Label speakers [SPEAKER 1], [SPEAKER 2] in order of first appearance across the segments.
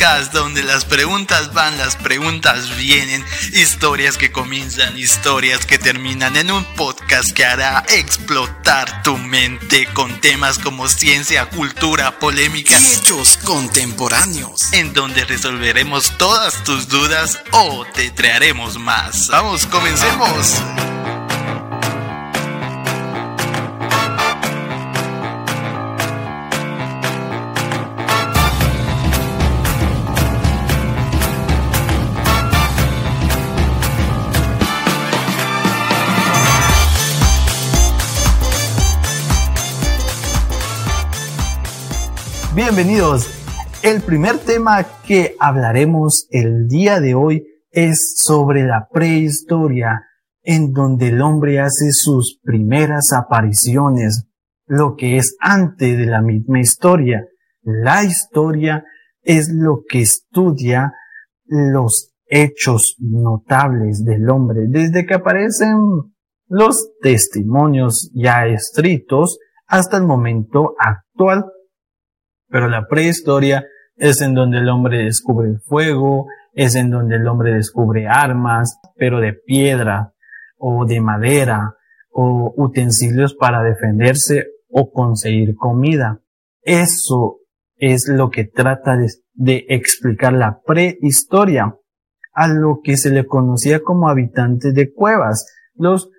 [SPEAKER 1] podcast donde las preguntas van, las preguntas vienen, historias que comienzan, historias que terminan, en un podcast que hará explotar tu mente con temas como ciencia, cultura, polémica
[SPEAKER 2] y hechos contemporáneos,
[SPEAKER 1] en donde resolveremos todas tus dudas o te traeremos más. ¡Vamos, comencemos!
[SPEAKER 3] Bienvenidos. El primer tema que hablaremos el día de hoy es sobre la prehistoria, en donde el hombre hace sus primeras apariciones, lo que es antes de la misma historia. La historia es lo que estudia los hechos notables del hombre, desde que aparecen los testimonios ya escritos hasta el momento actual. Pero la prehistoria es en donde el hombre descubre el fuego, es en donde el hombre descubre armas, pero de piedra o de madera, o utensilios para defenderse o conseguir comida. Eso es lo que trata de explicar la prehistoria, a lo que se le conocía como habitantes de cuevas, los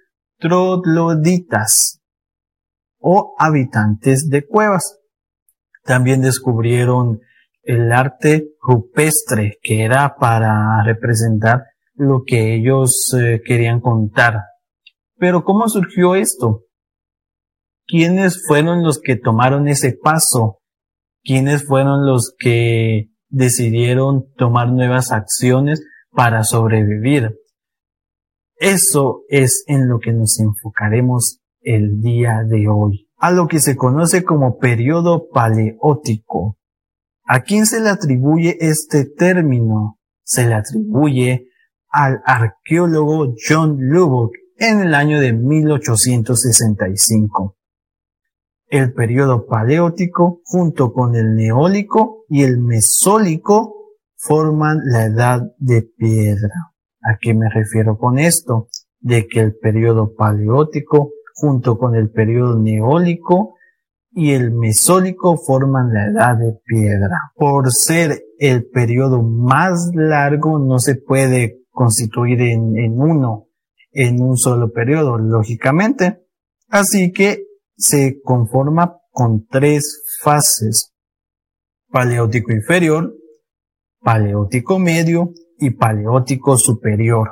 [SPEAKER 3] trogloditas o habitantes de cuevas. También descubrieron el arte rupestre, que era para representar lo que ellos querían contar. Pero ¿cómo surgió esto? ¿Quiénes fueron los que tomaron ese paso? ¿Quiénes fueron los que decidieron tomar nuevas acciones para sobrevivir? Eso es en lo que nos enfocaremos el día de hoy, a lo que se conoce como periodo paleótico. ¿A quién se le atribuye este término? Se le atribuye al arqueólogo John Lubbock en el año de 1865. El periodo paleótico, junto con el neolítico y el mesólico, forman la edad de piedra. ¿A qué me refiero con esto? De que el periodo paleótico, junto con el periodo neolítico y el mesólico, forman la edad de piedra. Por ser el periodo más largo, no se puede constituir en un solo periodo, lógicamente. Así que se conforma con 3 fases: paleótico inferior, paleótico medio y paleótico superior.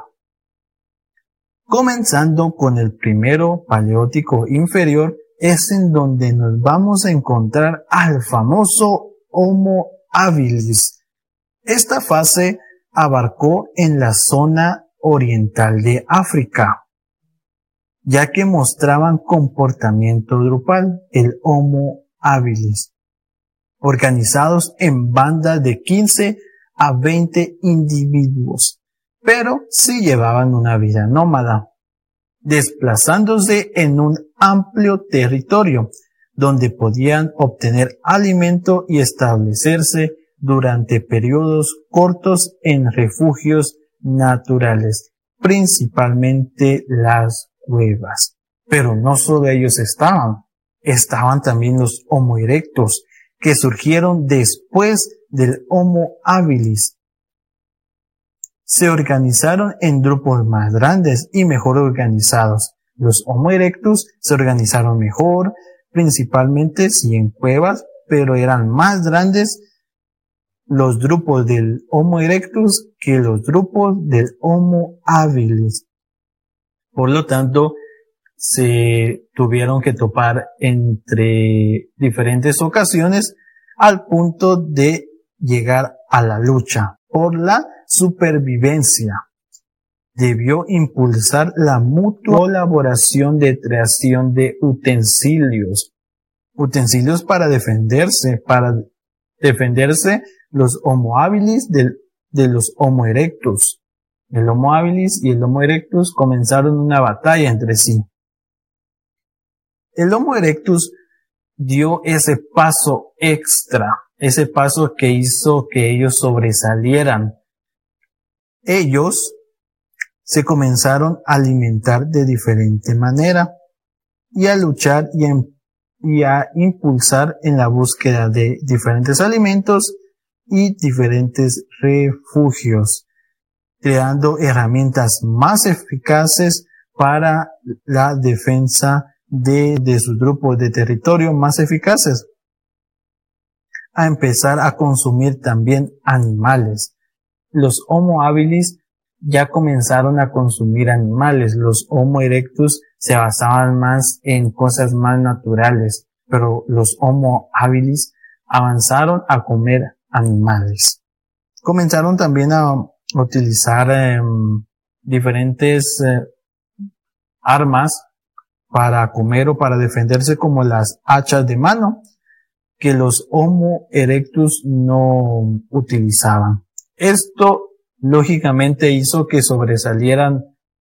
[SPEAKER 3] Comenzando con el primero, paleótico inferior, es en donde nos vamos a encontrar al famoso Homo habilis. Esta fase abarcó en la zona oriental de África, ya que mostraban comportamiento grupal, el Homo habilis, organizados en bandas de 15 a 20 individuos, pero sí llevaban una vida nómada, desplazándose en un amplio territorio donde podían obtener alimento y establecerse durante periodos cortos en refugios naturales, principalmente las cuevas. Pero no solo ellos estaban también los Homo erectus, que surgieron después del Homo habilis. Se organizaron en grupos más grandes y mejor organizados. Los Homo erectus se organizaron mejor, principalmente sí en cuevas, pero eran más grandes los grupos del Homo erectus que los grupos del Homo habilis. Por lo tanto, se tuvieron que topar entre diferentes ocasiones al punto de llegar a la lucha por la supervivencia. Debió impulsar la mutua colaboración de creación de utensilios para defenderse los Homo habilis de los Homo erectus. El Homo habilis y el Homo erectus comenzaron una batalla entre sí. El Homo erectus dio ese paso extra ese paso que hizo que ellos sobresalieran. Ellos se comenzaron a alimentar de diferente manera y a luchar y a impulsar en la búsqueda de diferentes alimentos y diferentes refugios, creando herramientas más eficaces para la defensa de sus grupos de territorio más eficaces, a empezar a consumir también animales. Los Homo habilis ya comenzaron a consumir animales. Los Homo erectus se basaban más en cosas más naturales, pero los Homo habilis avanzaron a comer animales. Comenzaron también a utilizar diferentes armas para comer o para defenderse, como las hachas de mano, que los Homo erectus no utilizaban. Esto lógicamente hizo que sobresalieran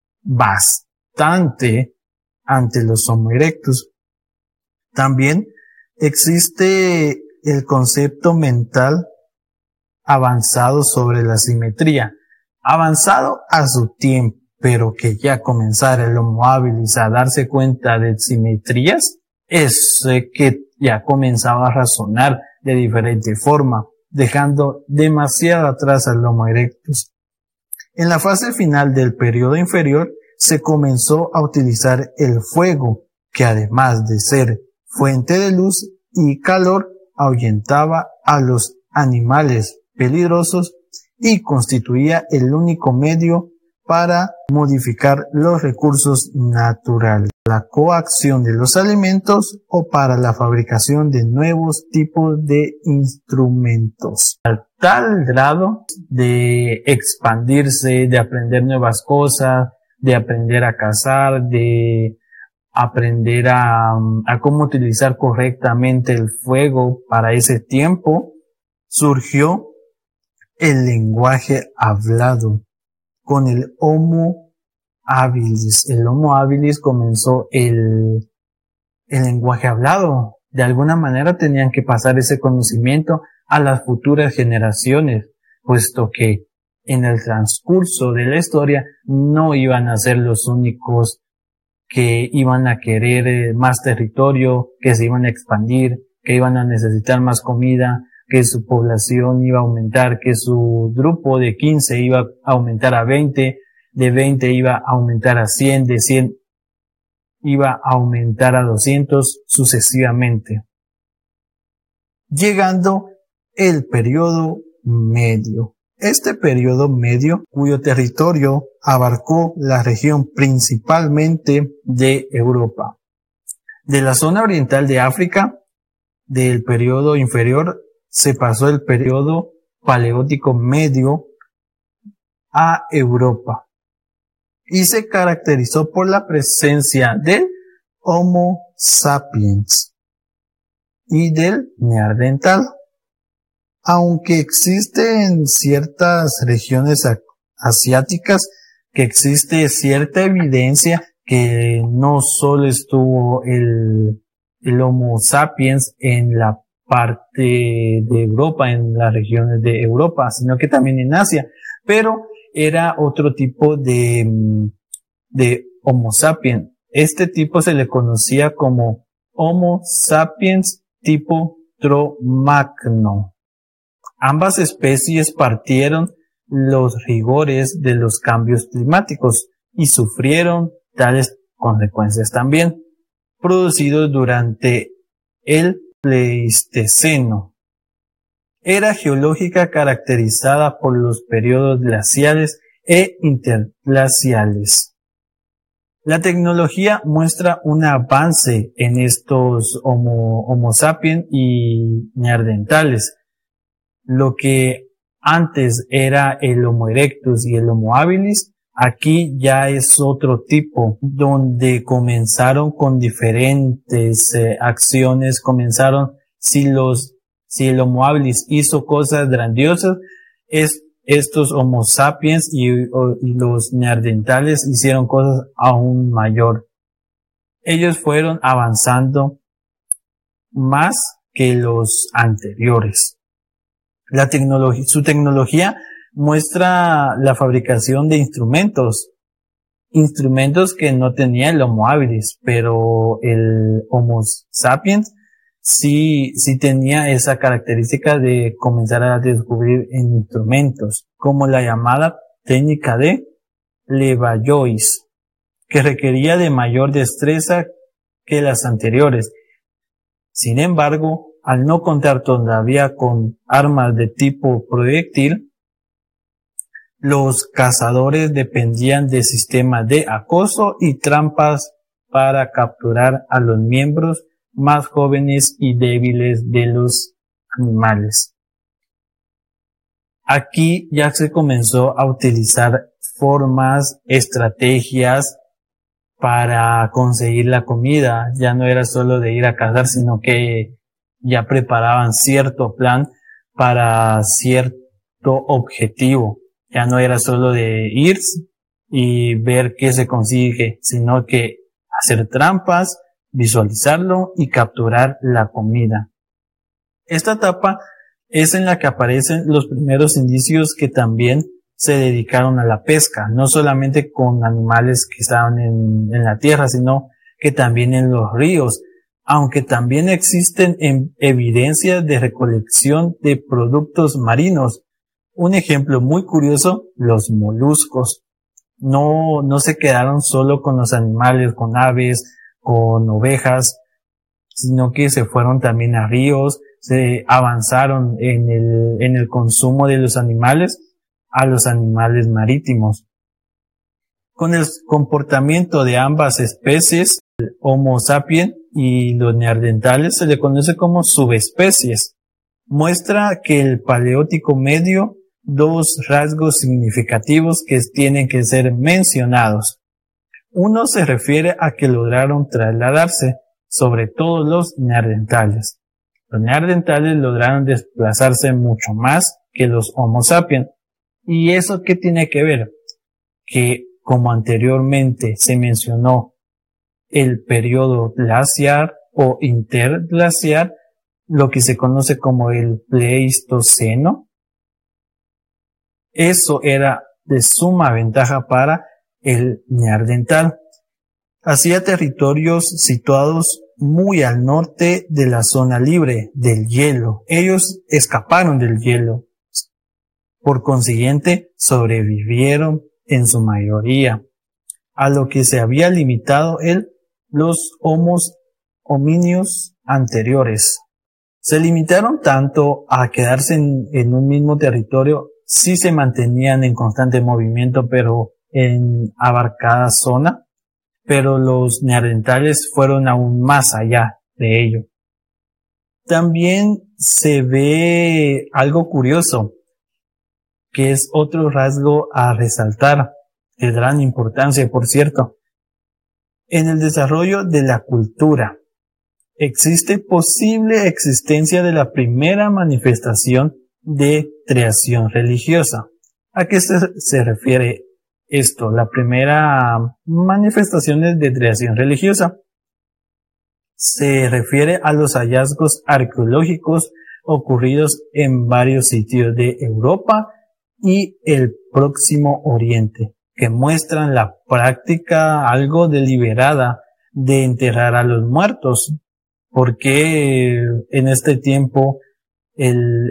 [SPEAKER 3] bastante ante los Homo erectus. También existe el concepto mental avanzado sobre la simetría, avanzado a su tiempo, pero que ya comenzara el Homo habilis a darse cuenta de simetrías, es que ya comenzaba a razonar de diferente forma, dejando demasiado atrás al Homo erectus. En la fase final del periodo inferior se comenzó a utilizar el fuego, que además de ser fuente de luz y calor, ahuyentaba a los animales peligrosos y constituía el único medio para modificar los recursos naturales, la coacción de los alimentos o para la fabricación de nuevos tipos de instrumentos. Al tal grado de expandirse, de aprender nuevas cosas, de aprender a cazar, de aprender a cómo utilizar correctamente el fuego para ese tiempo, surgió el lenguaje hablado con el Homo habilis. El Homo habilis comenzó el lenguaje hablado. De alguna manera tenían que pasar ese conocimiento a las futuras generaciones, puesto que en el transcurso de la historia no iban a ser los únicos que iban a querer más territorio, que se iban a expandir, que iban a necesitar más comida, que su población iba a aumentar, que su grupo de 15 iba a aumentar a 20, de 20 iba a aumentar a 100, de 100 iba a aumentar a 200, sucesivamente. Llegando el periodo medio. Este periodo medio, cuyo territorio abarcó la región principalmente de Europa. De la zona oriental de África, del periodo inferior, se pasó el periodo paleolítico medio a Europa y se caracterizó por la presencia del Homo sapiens y del neandertal. Aunque existe en ciertas regiones asiáticas que existe cierta evidencia que no solo estuvo el Homo sapiens en la parte de Europa, en las regiones de Europa, sino que también en Asia, pero era otro tipo de Homo sapiens. Este tipo se le conocía como Homo sapiens tipo Cro-Magno. Ambas especies partieron los rigores de los cambios climáticos y sufrieron tales consecuencias también, producidos durante el Pleistoceno, era geológica caracterizada por los periodos glaciales e interglaciales. La tecnología muestra un avance en estos Homo sapiens y neandertales. Lo que antes era el Homo erectus y el Homo habilis, aquí ya es otro tipo, donde comenzaron con diferentes acciones. Comenzaron, si el Homo habilis hizo cosas grandiosas, estos Homo sapiens y los neandertales hicieron cosas aún mayor. Ellos fueron avanzando más que los anteriores. Su tecnología muestra la fabricación de instrumentos que no tenía el Homo habilis, pero el Homo sapiens sí tenía esa característica de comenzar a descubrir en instrumentos, como la llamada técnica de Levallois, que requería de mayor destreza que las anteriores. Sin embargo, al no contar todavía con armas de tipo proyectil, los cazadores dependían de sistemas de acoso y trampas para capturar a los miembros más jóvenes y débiles de los animales. Aquí ya se comenzó a utilizar formas, estrategias para conseguir la comida. Ya no era solo de ir a cazar, sino que ya preparaban cierto plan para cierto objetivo. Ya no era solo de ir y ver qué se consigue, sino que hacer trampas, visualizarlo y capturar la comida. Esta etapa es en la que aparecen los primeros indicios que también se dedicaron a la pesca, no solamente con animales que estaban en la tierra, sino que también en los ríos, aunque también existen evidencias de recolección de productos marinos. Un ejemplo muy curioso, los moluscos. No se quedaron solo con los animales, con aves, con ovejas, sino que se fueron también a ríos, se avanzaron en el consumo de los animales a los animales marítimos. Con el comportamiento de ambas especies, el Homo sapiens y los neandertales, se le conoce como subespecies. Muestra que el Paleolítico medio dos rasgos significativos que tienen que ser mencionados. Uno se refiere a que lograron trasladarse, sobre todo los neandertales. Los neandertales lograron desplazarse mucho más que los Homo sapiens. ¿Y eso qué tiene que ver? Que, como anteriormente se mencionó, el periodo glaciar o interglaciar, lo que se conoce como el Pleistoceno, eso era de suma ventaja para el neandertal. Hacía territorios situados muy al norte de la zona libre del hielo. Ellos escaparon del hielo. Por consiguiente, sobrevivieron en su mayoría, a lo que se había limitado los hominios anteriores. Se limitaron tanto a quedarse en un mismo territorio, sí se mantenían en constante movimiento, pero en abarcada zona, pero los neandertales fueron aún más allá de ello. También se ve algo curioso, que es otro rasgo a resaltar, de gran importancia, por cierto. En el desarrollo de la cultura, existe posible existencia de la primera manifestación de creación religiosa. ¿A qué se refiere esto? La primera manifestación de creación religiosa se refiere a los hallazgos arqueológicos ocurridos en varios sitios de Europa y el Próximo Oriente, que muestran la práctica algo deliberada de enterrar a los muertos, porque en este tiempo el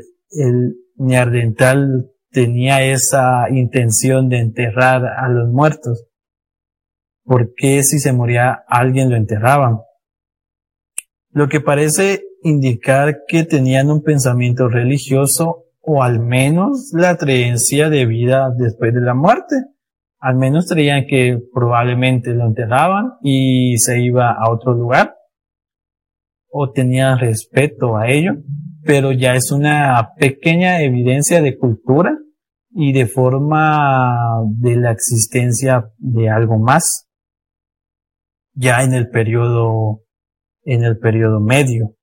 [SPEAKER 3] neandertal tenía esa intención de enterrar a los muertos. ¿Por qué si se moría alguien lo enterraban? Lo que parece indicar que tenían un pensamiento religioso, o al menos la creencia de vida después de la muerte. Al menos creían que probablemente lo enterraban y se iba a otro lugar, o tenían respeto a ello, pero ya es una pequeña evidencia de cultura y de forma de la existencia de algo más, ya en el periodo medio.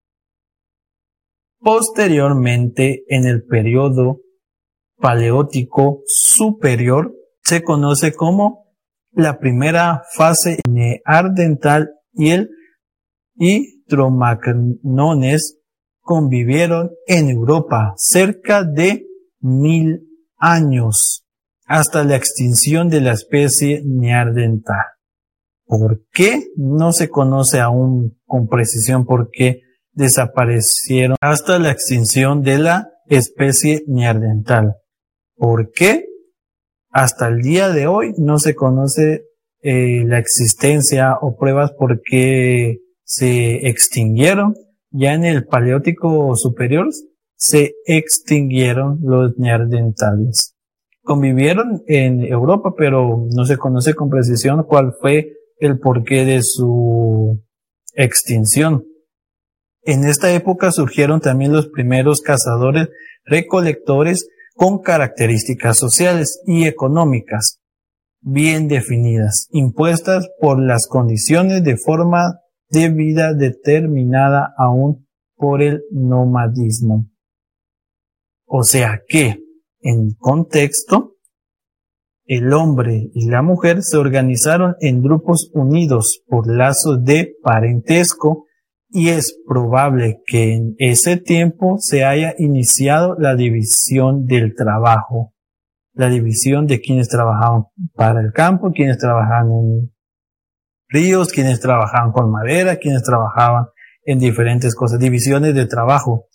[SPEAKER 3] Posteriormente, en el periodo paleolítico superior, se conoce como la primera fase neandertal y el Cro-Magnones convivieron en Europa cerca de 1000 años, hasta la extinción de la especie neandertal. ¿Por qué? No se conoce aún con precisión por qué desaparecieron hasta la extinción de la especie neandertal. ¿Por qué? Hasta el día de hoy no se conoce la existencia o pruebas por qué se extinguieron. Ya en el Paleolítico superior se extinguieron los neandertales. Convivieron en Europa, pero no se conoce con precisión cuál fue el porqué de su extinción. En esta época surgieron también los primeros cazadores recolectores con características sociales y económicas bien definidas, impuestas por las condiciones de forma de vida determinada aún por el nomadismo. O sea que, en contexto, el hombre y la mujer se organizaron en grupos unidos por lazos de parentesco y es probable que en ese tiempo se haya iniciado la división del trabajo, la división de quienes trabajaban para el campo, quienes trabajaban en ríos, quienes trabajaban con madera, quienes trabajaban en diferentes cosas, divisiones de trabajo.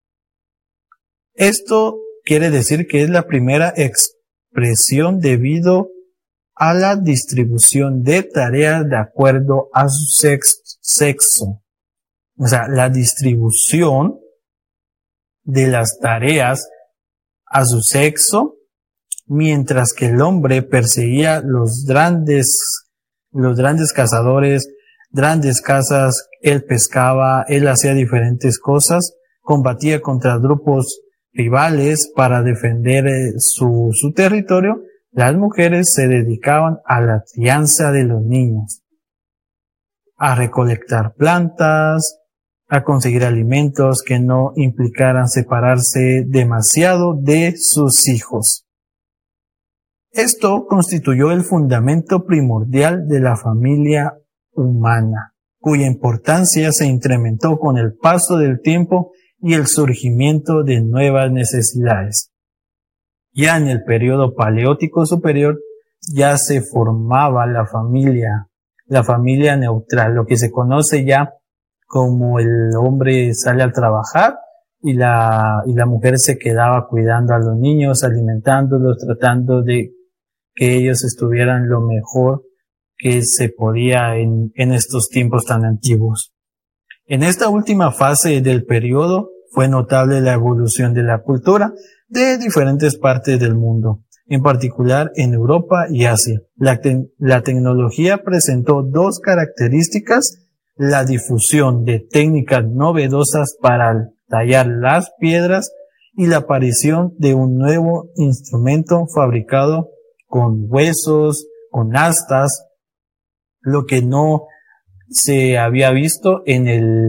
[SPEAKER 3] Esto quiere decir que es la primera expresión debido a la distribución de tareas de acuerdo a su sexo. O sea, la distribución de las tareas a su sexo, mientras que el hombre perseguía los grandes cazadores, grandes cazas, él pescaba, él hacía diferentes cosas, combatía contra grupos rivales para defender su territorio. Las mujeres se dedicaban a la crianza de los niños, a recolectar plantas, a conseguir alimentos que no implicaran separarse demasiado de sus hijos. Esto constituyó el fundamento primordial de la familia humana, cuya importancia se incrementó con el paso del tiempo y el surgimiento de nuevas necesidades. Ya en el periodo Paleolítico superior ya se formaba la familia neutral, lo que se conoce ya como el hombre sale a trabajar y la mujer se quedaba cuidando a los niños, alimentándolos, tratando de que ellos estuvieran lo mejor que se podía en estos tiempos tan antiguos. En esta última fase del periodo fue notable la evolución de la cultura de diferentes partes del mundo, en particular en Europa y Asia. La tecnología presentó dos características: la difusión de técnicas novedosas para tallar las piedras y la aparición de un nuevo instrumento fabricado con huesos, con astas, lo que no se había visto en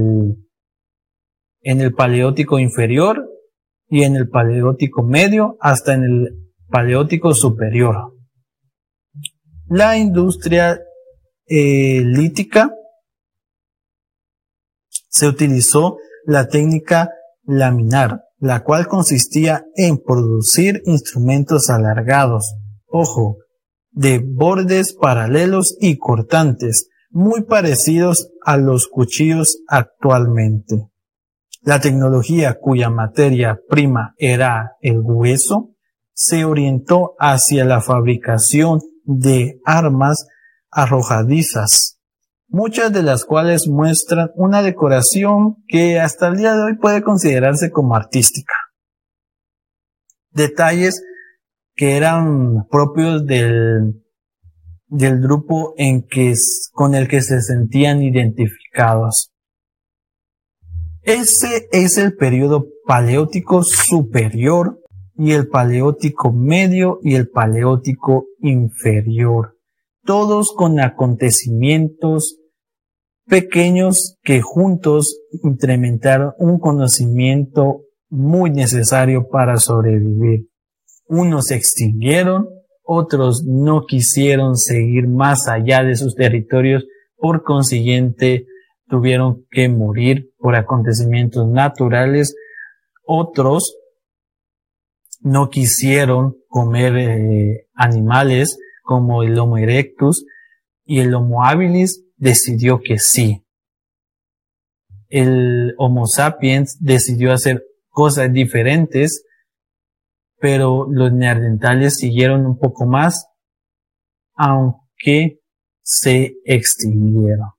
[SPEAKER 3] el Paleolítico inferior y en el Paleolítico medio hasta en el Paleolítico superior. La industria lítica se utilizó la técnica laminar, la cual consistía en producir instrumentos alargados, de bordes paralelos y cortantes, muy parecidos a los cuchillos actualmente. La tecnología cuya materia prima era el hueso se orientó hacia la fabricación de armas arrojadizas, muchas de las cuales muestran una decoración que hasta el día de hoy puede considerarse como artística. Detalles que eran propios del grupo con el que se sentían identificados. Ese es el periodo Paleolítico superior y el Paleolítico medio y el Paleolítico inferior, todos con acontecimientos pequeños que juntos incrementaron un conocimiento muy necesario para sobrevivir. Unos se extinguieron, otros no quisieron seguir más allá de sus territorios, por consiguiente tuvieron que morir por acontecimientos naturales. Otros no quisieron comer animales como el Homo erectus, y el Homo habilis decidió que sí. El Homo sapiens decidió hacer cosas diferentes, pero los neandertales siguieron un poco más, aunque se extinguieron.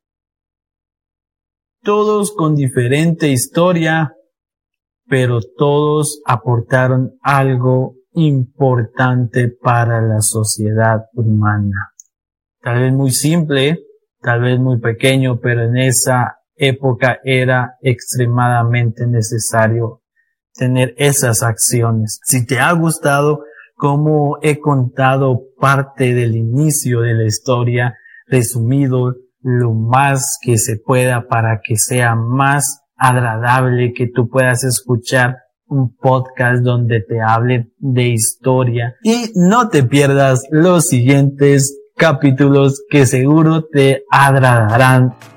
[SPEAKER 3] Todos con diferente historia, pero todos aportaron algo importante para la sociedad humana. Tal vez muy simple, tal vez muy pequeño, pero en esa época era extremadamente necesario tener esas acciones. Si te ha gustado cómo he contado parte del inicio de la historia, resumido lo más que se pueda para que sea más agradable, que tú puedas escuchar un podcast donde te hable de historia, y no te pierdas los siguientes capítulos que seguro te agradarán